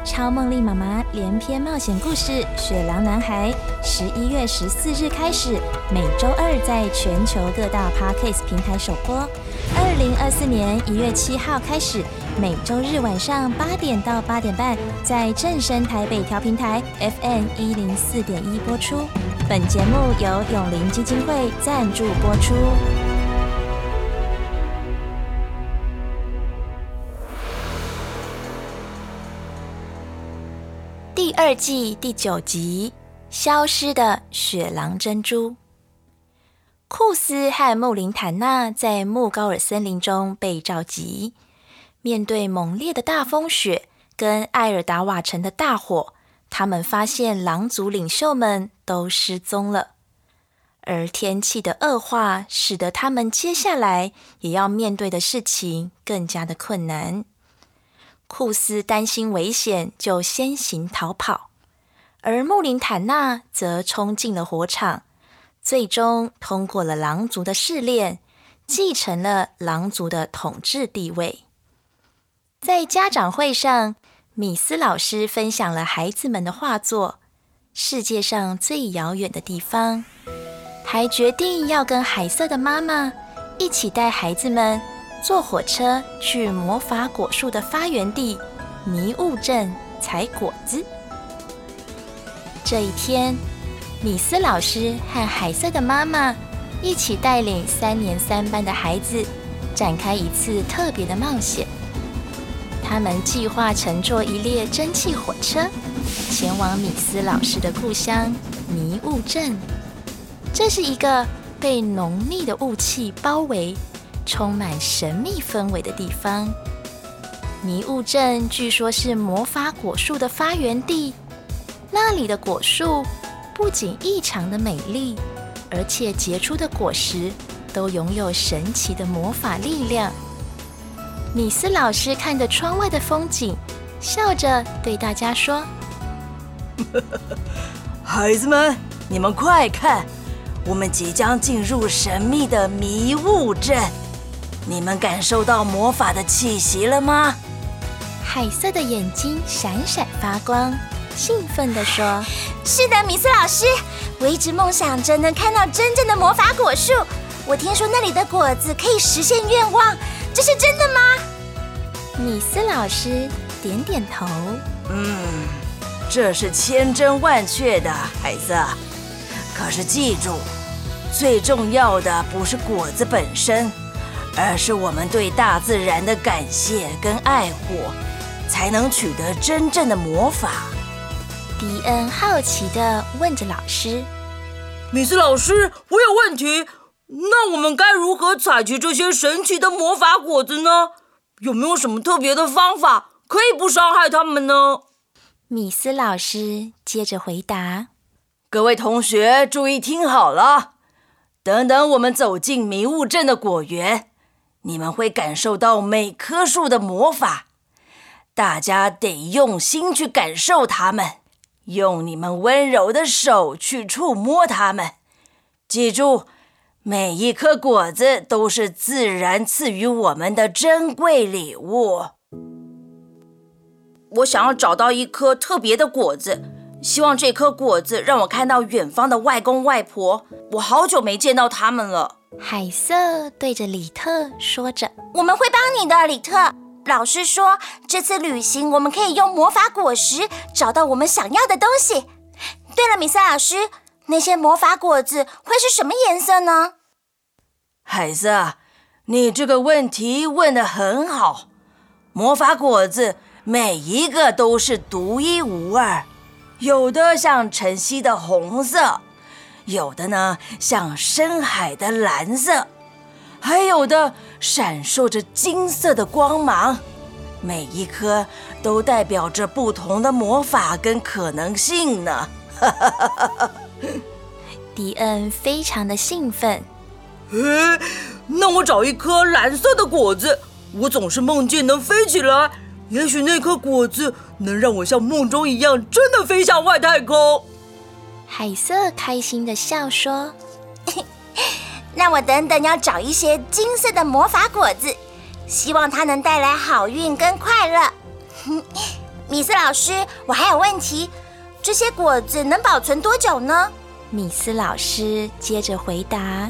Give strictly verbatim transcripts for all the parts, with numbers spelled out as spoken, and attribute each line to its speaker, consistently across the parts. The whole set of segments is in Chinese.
Speaker 1: 超梦丽妈妈连篇冒险故事《雪狼男孩》，十一月十四日开始，每周二在全球各大 Podcast 平台首播。二零二四年一月七号开始，每周日晚上八点到八点半，在正声台北调频台 F M 一零四点一播出。本节目由永林基金会赞助播出。第二季第九集，消失的雪狼珍珠。库斯和穆林坦纳在穆高尔森林中被召集，面对猛烈的大风雪跟艾尔达瓦城的大火，他们发现狼族领袖们都失踪了。而天气的恶化使得他们接下来也要面对的事情更加的困难。库斯担心危险，就先行逃跑，而穆林坦纳则冲进了火场，最终通过了狼族的试炼，继承了狼族的统治地位。在家长会上，米斯老师分享了孩子们的画作《世界上最遥远的地方》，还决定要跟海瑟的妈妈一起带孩子们坐火车去魔法果树的发源地迷雾镇采果子。这一天，米斯老师和海瑟的妈妈一起带领三年三班的孩子展开一次特别的冒险。他们计划乘坐一列蒸汽火车前往米斯老师的故乡迷雾镇。这是一个被浓密的雾气包围，充满神秘氛围的地方。迷雾镇据说是魔法果树的发源地，那里的果树不仅异常的美丽，而且结出的果实都拥有神奇的魔法力量。米斯老师看着窗外的风景，笑着对大家说：
Speaker 2: 孩子们，你们快看，我们即将进入神秘的迷雾镇，你们感受到魔法的气息了吗？
Speaker 1: 海瑟的眼睛闪闪发光，兴奋地说：
Speaker 3: 是的，米斯老师，我一直梦想着能看到真正的魔法果树。我听说那里的果子可以实现愿望，这是真的吗？
Speaker 1: 米斯老师点点头。
Speaker 2: 嗯，这是千真万确的，孩子。可是记住，最重要的不是果子本身，而是我们对大自然的感谢跟爱护，才能取得真正的魔法。
Speaker 1: 迪恩好奇地问着老师：
Speaker 4: 米斯老师，我有问题，那我们该如何采集这些神奇的魔法果子呢？有没有什么特别的方法可以不伤害它们呢？
Speaker 1: 米斯老师接着回答：
Speaker 2: 各位同学注意听好了，等等我们走进迷雾镇的果园，你们会感受到每棵树的魔法，大家得用心去感受它们，用你们温柔的手去触摸它们。记住，每一颗果子都是自然赐予我们的珍贵礼物。
Speaker 4: 我想要找到一颗特别的果子，希望这颗果子让我看到远方的外公外婆，我好久没见到他们了。
Speaker 1: 海瑟对着里特说着：
Speaker 3: 我们会帮你的，里特。老师说，这次旅行我们可以用魔法果实找到我们想要的东西。对了，米斯老师，那些魔法果子会是什么颜色呢？
Speaker 2: 孩子，你这个问题问得很好。魔法果子每一个都是独一无二，有的像晨曦的红色，有的呢像深海的蓝色，还有的闪烁着金色的光芒，每一颗都代表着不同的魔法跟可能性呢。
Speaker 1: 迪恩非常的兴奋。
Speaker 4: 诶，那我找一颗蓝色的果子，我总是梦见能飞起来，也许那颗果子能让我像梦中一样真的飞向外太空。
Speaker 1: 海瑟开心的笑说：
Speaker 3: 那我等等要找一些金色的魔法果子，希望它能带来好运跟快乐。 米斯老师，我还有问题，这些果子能保存多久呢？
Speaker 1: 米斯老师接着回答：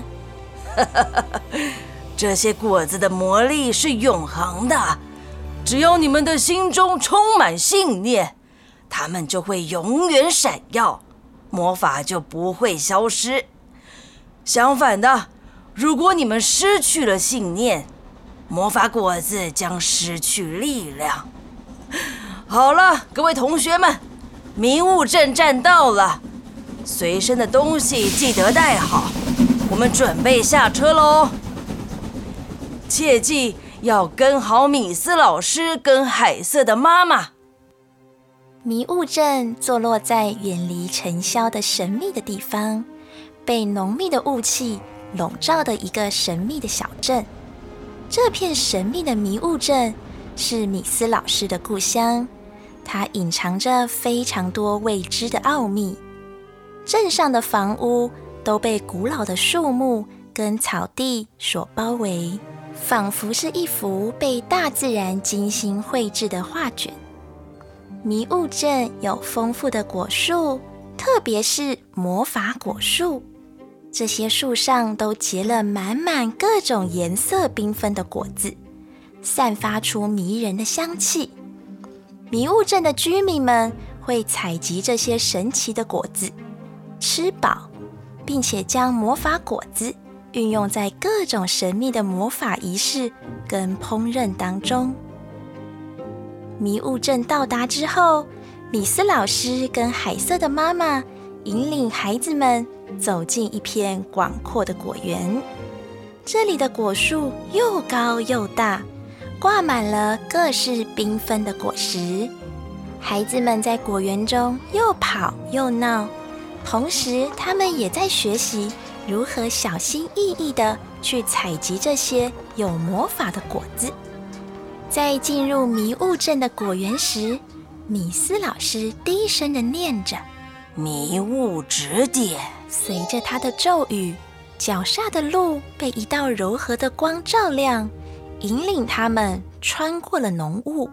Speaker 2: 这些果子的魔力是永恒的，只要你们的心中充满信念，它们就会永远闪耀，魔法就不会消失。相反的，如果你们失去了信念，魔法果子将失去力量。好了，各位同学们，迷雾阵站到了，随身的东西记得带好，我们准备下车喽。切记要跟好米斯老师跟海瑟的妈妈。
Speaker 1: 迷雾镇坐落在远离尘嚣的神秘的地方，被浓密的雾气笼罩的一个神秘的小镇。这片神秘的迷雾镇是米斯老师的故乡，它隐藏着非常多未知的奥秘。镇上的房屋都被古老的树木跟草地所包围，仿佛是一幅被大自然精心绘制的画卷。迷雾镇有丰富的果树，特别是魔法果树。这些树上都结了满满各种颜色缤纷的果子，散发出迷人的香气。迷雾镇的居民们会采集这些神奇的果子，吃饱，并且将魔法果子运用在各种神秘的魔法仪式跟烹饪当中。迷雾镇到达之后，米斯老师跟海瑟的妈妈引领孩子们走进一片广阔的果园。这里的果树又高又大，挂满了各式缤纷的果实。孩子们在果园中又跑又闹，同时他们也在学习如何小心翼翼地去采集这些有魔法的果子。在进入迷雾镇的果园时，米斯老师低声地念着
Speaker 2: 迷雾指点。
Speaker 1: 随着他的咒语，脚下的路被一道柔和的光照亮，引领他们穿过了浓雾。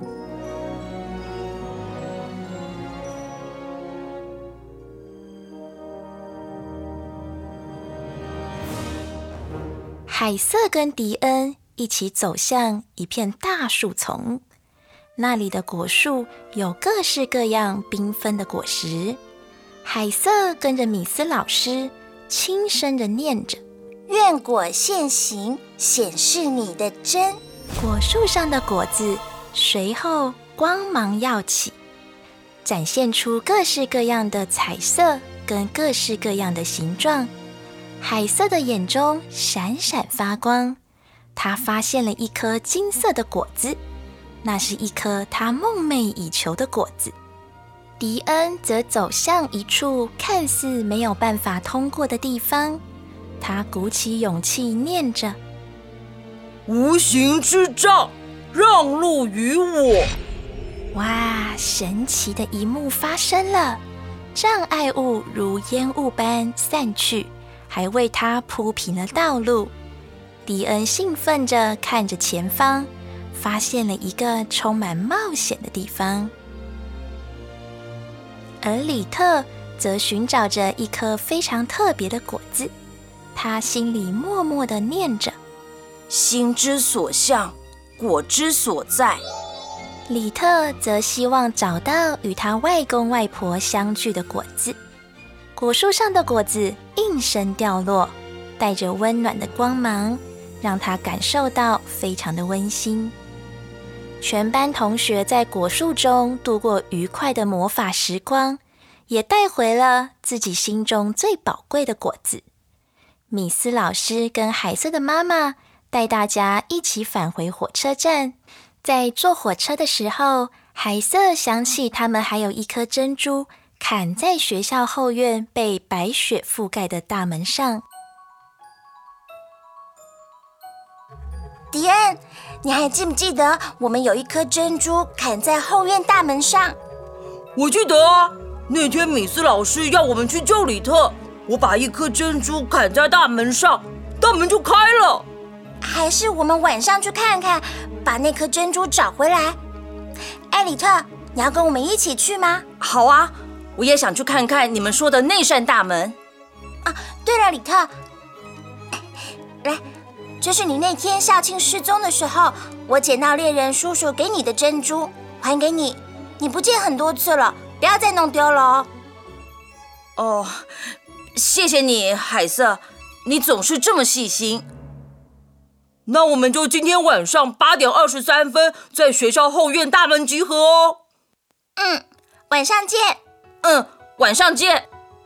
Speaker 1: 海瑟跟迪恩一起走向一片大树丛，那里的果树有各式各样缤纷的果实。海瑟跟着米斯老师轻声地念着：
Speaker 3: 愿果现形，显示你的真。
Speaker 1: 果树上的果子随后光芒耀起，展现出各式各样的彩色跟各式各样的形状。海瑟的眼中闪闪发光，他发现了一颗金色的果子，那是一颗他梦寐以求的果子。迪恩则走向一处看似没有办法通过的地方，他鼓起勇气念着：
Speaker 4: 无形之障，让路于我。
Speaker 1: 哇，神奇的一幕发生了，障碍物如烟雾般散去，还为他铺平了道路。迪恩兴奋着看着前方，发现了一个充满冒险的地方。而里特则寻找着一颗非常特别的果子，他心里默默地念着：
Speaker 2: 心之所向，果之所在。
Speaker 1: 里特则希望找到与他外公外婆相聚的果子。果树上的果子应声掉落，带着温暖的光芒，让他感受到非常的温馨。全班同学在果树中度过愉快的魔法时光，也带回了自己心中最宝贵的果子。米斯老师跟海瑟的妈妈带大家一起返回火车站。在坐火车的时候，海瑟想起他们还有一颗珍珠砍在学校后院被白雪覆盖的大门上。
Speaker 3: 迪恩，你还记不记得我们有一颗珍珠砍在后院大门上？
Speaker 4: 我记得啊，那天米斯老师要我们去救里特，我把一颗珍珠砍在大门上，大门就开了。
Speaker 3: 还是我们晚上去看看，把那颗珍珠找回来？艾里特， 你要跟我们一起去吗？
Speaker 2: 好啊，我也想去看看你们说的那扇大门。
Speaker 3: 啊，对了，里特，来，这是你那天校庆失踪的时候，我捡到猎人叔叔给你的珍珠，还给你。你不见很多次了，不要再弄丢了哦。
Speaker 2: 哦，谢谢你，海瑟，你总是这么细心。
Speaker 4: 那我们就今天晚上八点二十三分在学校后院大门集合哦。
Speaker 3: 嗯，晚上见。
Speaker 2: 嗯，晚上见。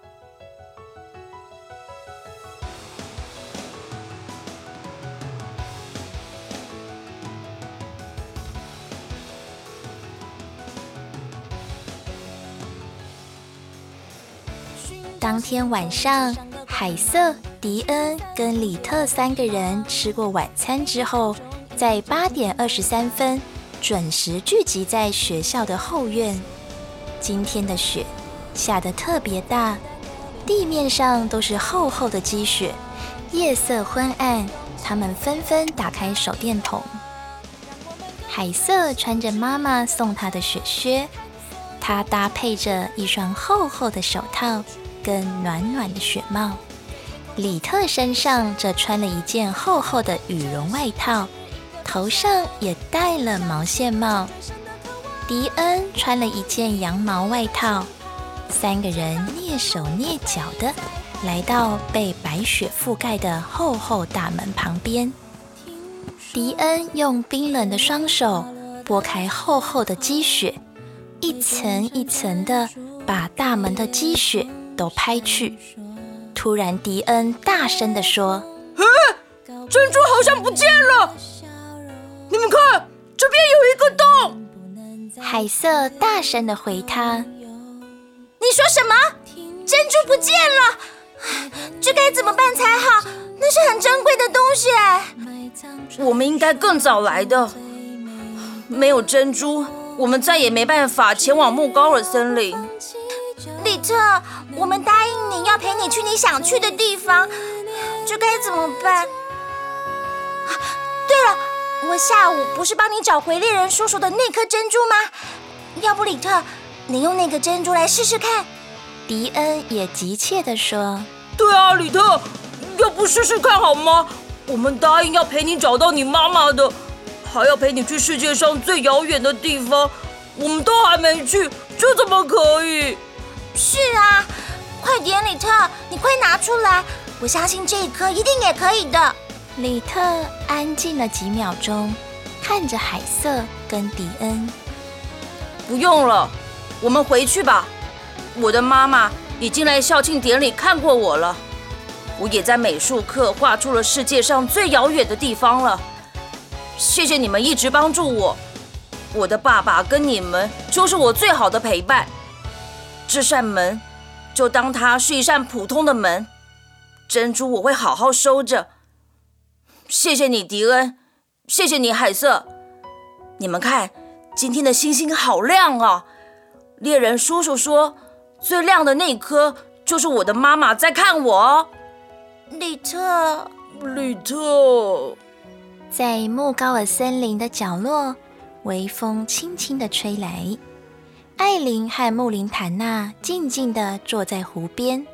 Speaker 1: 当天晚上，海瑟、迪恩跟里特三个人吃过晚餐之后，在八点二十三分准时聚集在学校的后院。今天的雪下得特别大，地面上都是厚厚的积雪，夜色昏暗，他们纷纷打开手电筒。海瑟穿着妈妈送她的雪靴，她搭配着一双厚厚的手套跟暖暖的雪帽。里特身上则穿了一件厚厚的羽绒外套，头上也戴了毛线帽。迪恩穿了一件羊毛外套。三个人蹑手蹑脚地来到被白雪覆盖的厚厚大门旁边。迪恩用冰冷的双手拨开厚厚的积雪，一层一层地把大门的积雪都拍去。突然，迪恩大声地说：“
Speaker 4: 珍珠好像不见了！你们看，这边有一个洞！”
Speaker 1: 海瑟大声地回他：“
Speaker 3: 你说什么？珍珠不见了？这该怎么办才好？那是很珍贵的东西哎！
Speaker 2: 我们应该更早来的。没有珍珠，我们再也没办法前往木高尔森林。
Speaker 3: 里特，我们答应你要陪你去你想去的地方，这该怎么办？对了，我下午不是帮你找回猎人叔叔的那颗珍珠吗？要不里特，你用那个珍珠来试试看。”
Speaker 1: 迪恩也急切地说：“
Speaker 4: 对啊，里特，要不试试看好吗？我们答应要陪你找到你妈妈的，还要陪你去世界上最遥远的地方，我们都还没去，这怎么可以？”
Speaker 3: 是啊，快点，里特，你快拿出来，我相信这一颗一定也可以的。
Speaker 1: 里特安静了几秒钟，看着海瑟跟迪恩：“
Speaker 2: 不用了，我们回去吧。我的妈妈已经来校庆典礼看过我了，我也在美术课画出了世界上最遥远的地方了。谢谢你们一直帮助我，我的爸爸跟你们就是我最好的陪伴。这扇门就当它是一扇普通的门，珍珠我会好好收着。谢谢你，迪恩，谢谢你，海瑟。你们看，今天的星星好亮啊！猎人叔叔说，最亮的那颗就是我的妈妈在看我哦。”
Speaker 3: 里特，
Speaker 4: 里特，
Speaker 1: 在木高尔森林的角落，微风轻轻地吹来。艾琳和穆林坦娜静静地坐在湖边。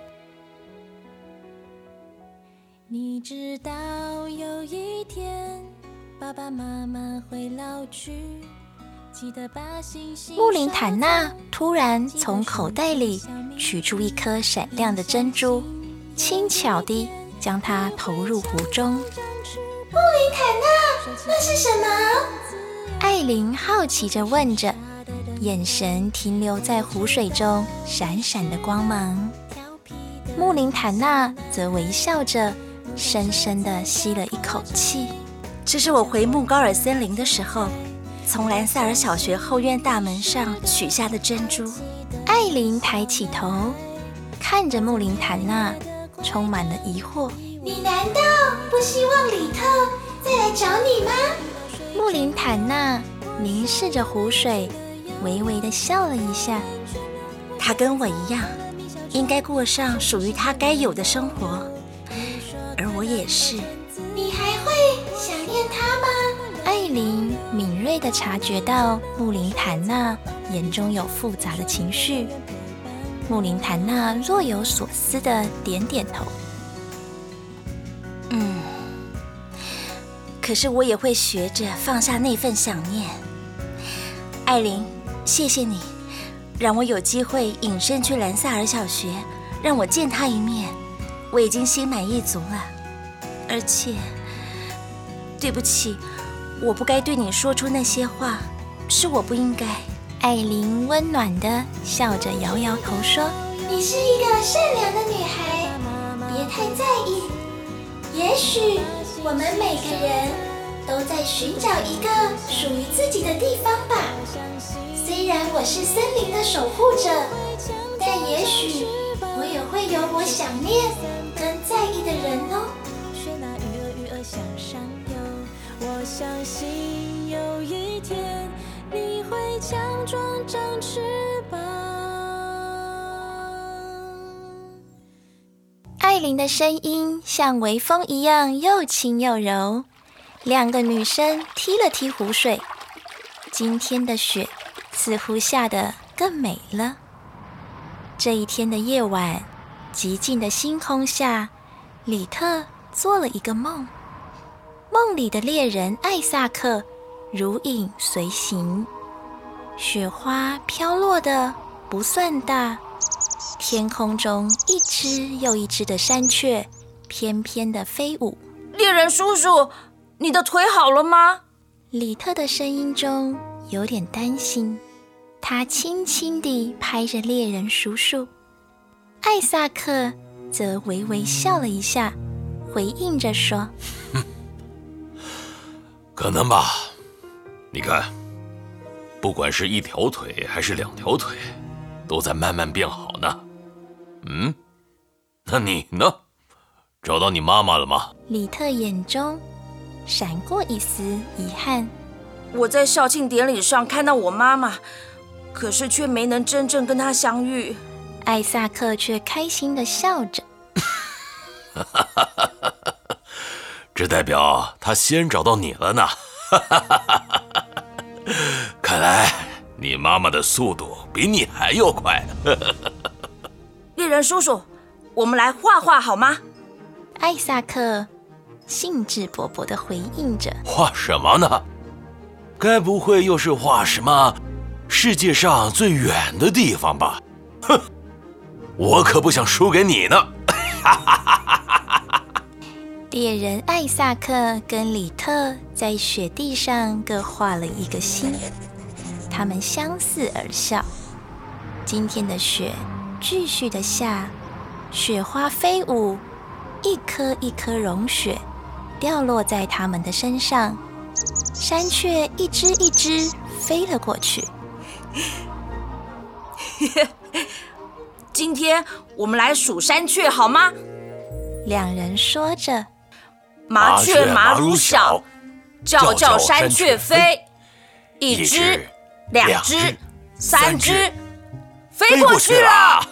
Speaker 5: 你知道有一天爸爸妈妈会老去，记得把星星。
Speaker 1: 穆林坦娜突然从口袋里取出一颗闪亮的珍珠，轻巧地将它投入湖中。穆
Speaker 3: 林坦娜，那是什么？
Speaker 1: 艾琳好奇地问着，眼神停留在湖水中闪闪的光芒。穆林坦娜则微笑着，深深地吸了一口气。
Speaker 2: 这是我回木高尔森林的时候，从兰塞尔小学后院大门上取下的珍珠。
Speaker 1: 艾琳抬起头，看着穆林坦娜，充满了疑惑。
Speaker 3: 你难道不希望里特再来找你吗？
Speaker 1: 穆林坦娜凝视着湖水，微微地笑了一下。
Speaker 2: 他跟我一样，应该过上属于他该有的生活，而我也是。
Speaker 3: 你还会想念他吗？
Speaker 1: 艾琳敏锐地察觉到穆林坦娜眼中有复杂的情绪。穆林坦娜若有所思地点点头。
Speaker 3: 嗯，可是我也会学着放下那份想念。艾琳，谢谢你，让我有机会隐身去兰萨尔小学，让我见他一面，我已经心满意足了。而且，对不起，我不该对你说出那些话，是我不应该。
Speaker 1: 艾琳温暖地笑着摇摇头说：“
Speaker 5: 你是一个善良的女孩，别太在意。也许我们每个人都在寻找一个属于自己的地方吧。虽然我是森林的守护者，但也许我也会有我想念跟在意的人哦。”
Speaker 6: 我相信有一天你会强壮长翅膀。
Speaker 1: 艾琳的声音像微风一样又轻又柔。两个女生踢了踢湖水，今天的雪似乎下得更美了。这一天的夜晚，寂静的星空下，里特做了一个梦。梦里的猎人艾萨克如影随形，雪花飘落的不算大，天空中一只又一只的山雀翩翩地飞舞。
Speaker 2: 猎人叔叔，你的腿好了吗？
Speaker 1: 里特的声音中有点担心，他轻轻地拍着猎人叔叔。艾萨克则微微笑了一下，回应着说：“
Speaker 7: 可能吧，你看，不管是一条腿还是两条腿，都在慢慢变好呢。嗯，那你呢？找到你妈妈了吗？”
Speaker 1: 里特眼中闪过一丝遗憾。
Speaker 2: 我在校庆典礼上看到我妈妈，可是却没能真正跟她相遇。
Speaker 1: 艾萨克却开心地笑着。
Speaker 7: 这代表他先找到你了呢。看来你妈妈的速度比你还要快。
Speaker 2: 猎人叔叔，我们来画画好吗？
Speaker 1: 艾萨克兴致勃勃地回应着。
Speaker 7: 画什么呢？该不会又是画什么世界上最远的地方吧？哼，我可不想输给你呢。
Speaker 1: 猎人艾萨克跟里特在雪地上各画了一个心，他们相视而笑。今天的雪继续的下，雪花飞舞，一颗一颗融雪掉落在他们的身上，山雀一只一只飞了过去。
Speaker 2: 今天我们来数山雀好吗？
Speaker 1: 两人说着。
Speaker 2: 麻雀麻如小，叫叫山雀飞，一只、两只、三只，飞过去了。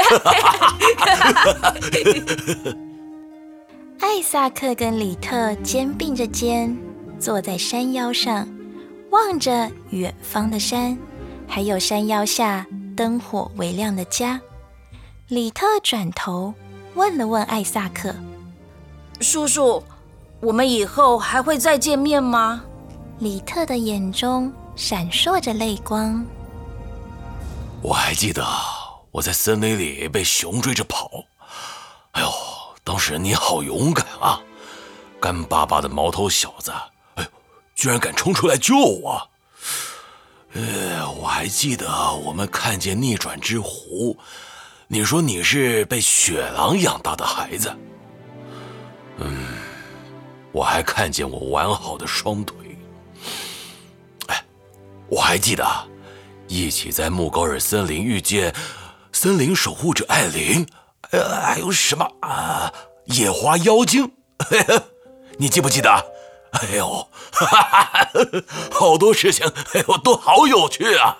Speaker 1: 艾萨克跟里特肩并着肩，坐在山腰上，望着远方的山，还有山腰下灯火微亮的家。里特转头问了问艾萨克：“
Speaker 2: 叔叔，我们以后还会再见面吗？”
Speaker 1: 里特的眼中闪烁着泪光。
Speaker 7: 我还记得我在森林里被熊追着跑，哎呦，当时你好勇敢啊！干巴巴的毛头小子，哎呦，居然敢冲出来救我！呃，我还记得我们看见逆转之湖，你说你是被雪狼养大的孩子。嗯，我还看见我完好的双腿。哎，我还记得一起在穆高尔森林遇见森林守护者艾琳，呃，还有什么啊，野花妖精，你记不记得？哎呦，哈哈，好多事情，哎呦，都好有趣啊！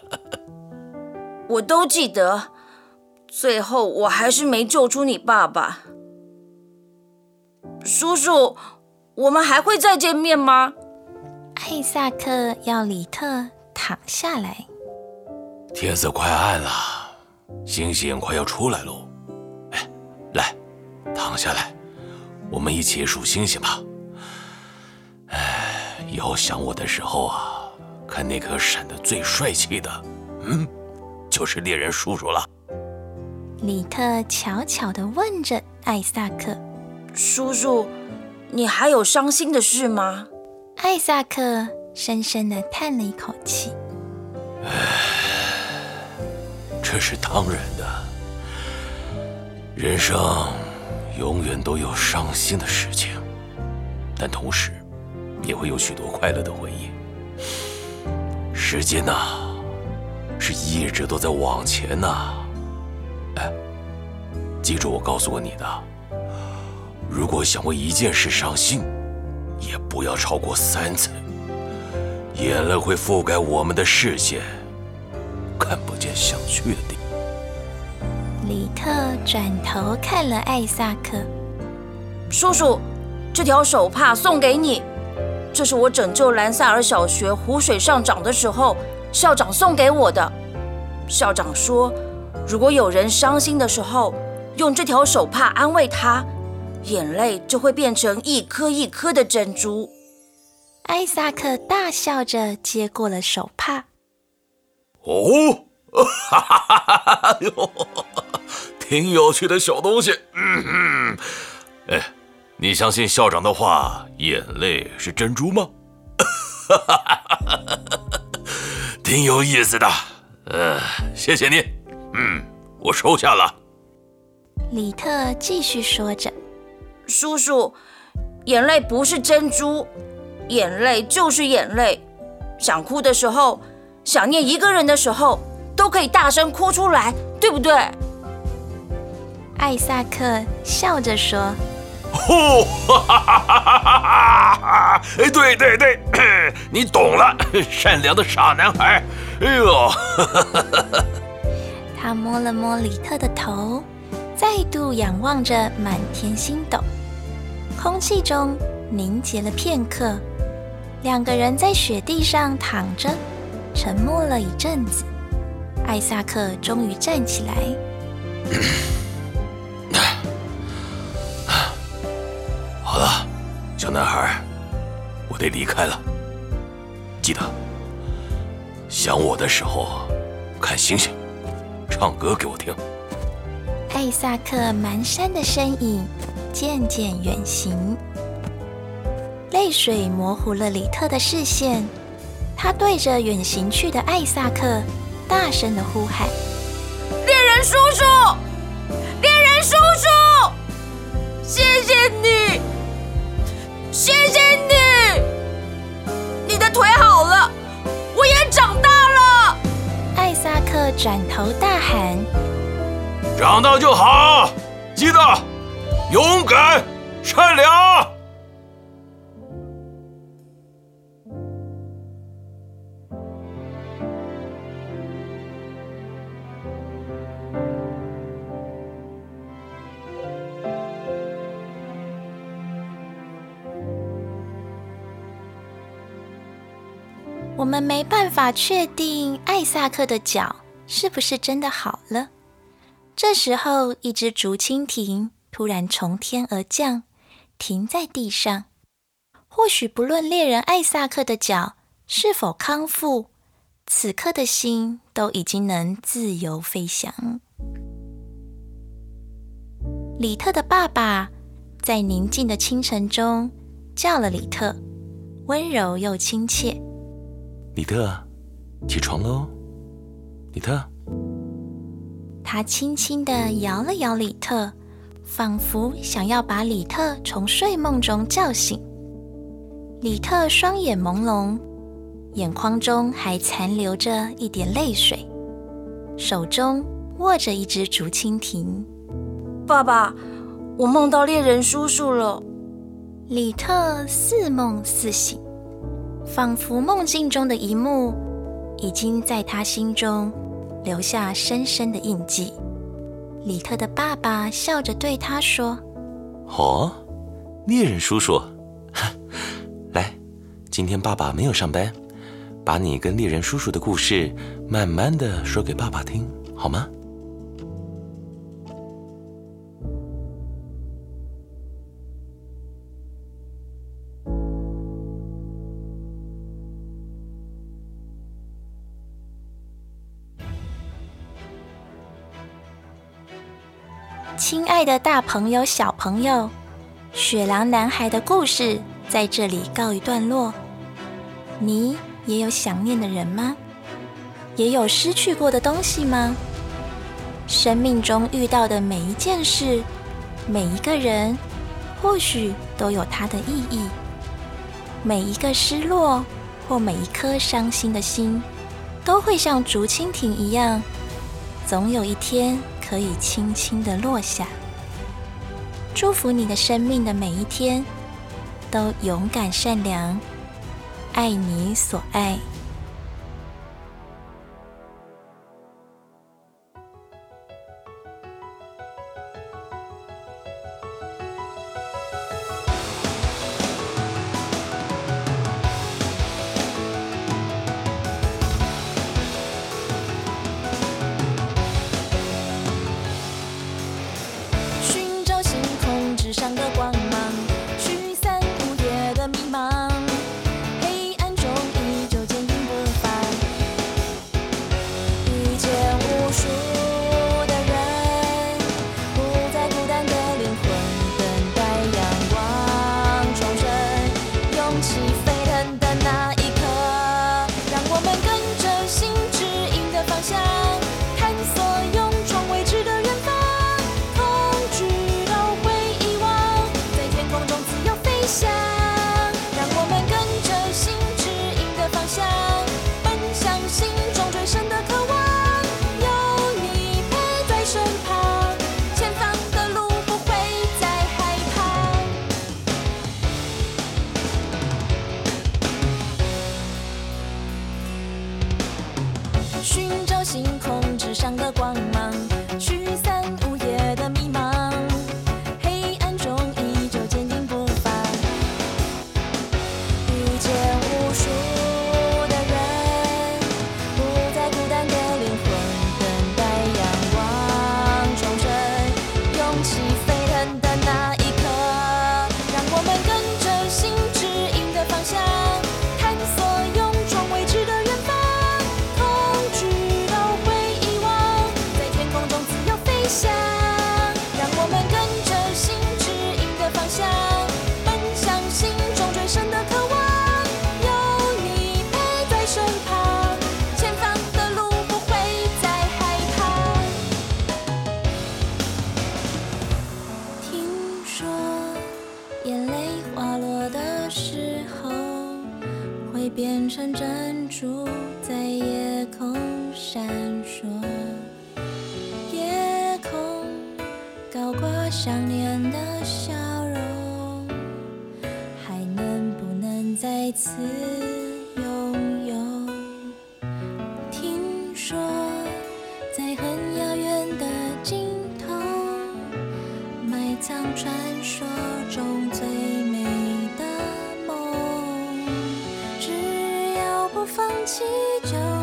Speaker 2: 我都记得，最后我还是没救出你爸爸。叔叔，我们还会再见面吗？
Speaker 1: 艾萨克要里特躺下来。
Speaker 7: 天色快暗了，星星快要出来喽。哎，来，躺下来，我们一起数星星吧。哎，以后想我的时候啊，看那颗闪得最帅气的，嗯，就是猎人叔叔了。
Speaker 1: 里特悄悄地问着艾萨克：“
Speaker 2: 叔叔，你还有伤心的事吗？”
Speaker 1: 艾萨克深深地叹了一口气：“
Speaker 7: 唉，这是当然的。人生永远都有伤心的事情，但同时也会有许多快乐的回忆。时间呐、啊，是一直都在往前呐、啊。哎，记住我告诉过你的，如果想为一件事伤心，也不要超过三次。眼泪会覆盖我们的视线，看不见想去的地方。”
Speaker 1: 里特转头看了艾萨克：“
Speaker 2: 叔叔，这条手帕送给你，这是我拯救兰萨尔小学湖水上涨的时候校长送给我的。校长说，如果有人伤心的时候，用这条手帕安慰他，眼泪就会变成一颗一颗的珍珠。”
Speaker 1: 艾萨克大笑着接过了手帕。
Speaker 7: 哦，哈哈哈哈哟，挺有趣的小东西。嗯哼，哎，你相信校长的话，眼泪是珍珠吗？哈哈哈哈，挺有意思的。呃，谢谢你。嗯，我收下了。
Speaker 1: 里特继续说着：“
Speaker 2: 叔叔，眼泪不是珍珠，眼泪就是眼泪。想哭的时候，想念一个人的时候，都可以大声哭出来，对不对？”
Speaker 1: 艾萨克笑着说：“
Speaker 7: 哦，哈哈哈哈哈哈！哎，对对对，你懂了，善良的傻男孩。哎呦！”
Speaker 1: 他摸了摸里特的头，再度仰望着满天星斗。空气中凝结了片刻，两个人在雪地上躺着，沉默了一阵子。艾萨克终于站起来。
Speaker 7: 好了，小男孩，我得离开了。记得，想我的时候，看星星，唱歌给我听。
Speaker 1: 艾萨克蹒跚的身影渐渐远行，泪水模糊了里特的视线。他对着远行去的艾萨克大声地呼喊：“
Speaker 2: 猎人叔叔，猎人叔叔，谢谢你，谢谢你，你的腿好了，我也长大了。”
Speaker 1: 艾萨克转头大喊：“
Speaker 7: 长大就好，记得勇敢、善良。”
Speaker 1: 我们没办法确定艾萨克的脚是不是真的好了。这时候，一只竹蜻蜓突然从天而降，停在地上。或许不论猎人艾萨克的脚是否康复，此刻的心都已经能自由飞翔。里特的爸爸在宁静的清晨中叫了里特，温柔又亲切：“
Speaker 7: 里特，起床喽！里特。”
Speaker 1: 他轻轻地摇了摇里特，仿佛想要把里特从睡梦中叫醒。里特双眼朦胧，眼眶中还残留着一点泪水，手中握着一只竹蜻蜓。
Speaker 2: “爸爸，我梦到猎人叔叔了。”
Speaker 1: 里特似梦似醒，仿佛梦境中的一幕已经在他心中留下深深的印记。里特的爸爸笑着对他说：“
Speaker 8: 哦，猎人叔叔，来，今天爸爸没有上班， 把你跟猎人叔叔的故事慢慢的说给爸爸听，好吗？
Speaker 1: 亲爱的大朋友、小朋友，雪狼男孩的故事在这里告一段落。你也有想念的人吗？也有失去过的东西吗？生命中遇到的每一件事，每一个人，或许都有它的意义。每一个失落或每一颗伤心的心，都会像竹蜻蜓一样，总有一天可以轻轻地落下。祝福你的生命的每一天都勇敢善良，爱你所爱。
Speaker 6: 上的光芒，驱散午夜的迷茫，黑暗中依旧坚定不凡。遇见无数的人，不再孤单的灵魂，等待阳光重生。勇气沸腾的那一刻，让我们跟着心指引的方向，探索勇闯未知的远方。让我们跟着心指引的方向，奔向心中最深的渴望。有你陪在身旁，前方的路不会再害怕。寻找星空之上的光芒，驱散午夜的迷茫。黑暗中依旧坚定不凡。遇见无数的人，不再孤单的灵魂，等待阳光重生。勇气沸腾的那一刻，让我们跟着心指引的方向，探索勇闯未知的远方。恐惧都会遗忘，在天空中自由飞翔。让我们跟着心指引的方向，奔向心中最深的渴望。身旁，前方的路不会再害怕。听说眼泪滑落的时候，会变成珍珠在夜空闪烁。夜空高挂想念的笑容，还能不能再次拥有？听说在很遥远的尽头，埋藏传说中最美的梦。只要不放弃就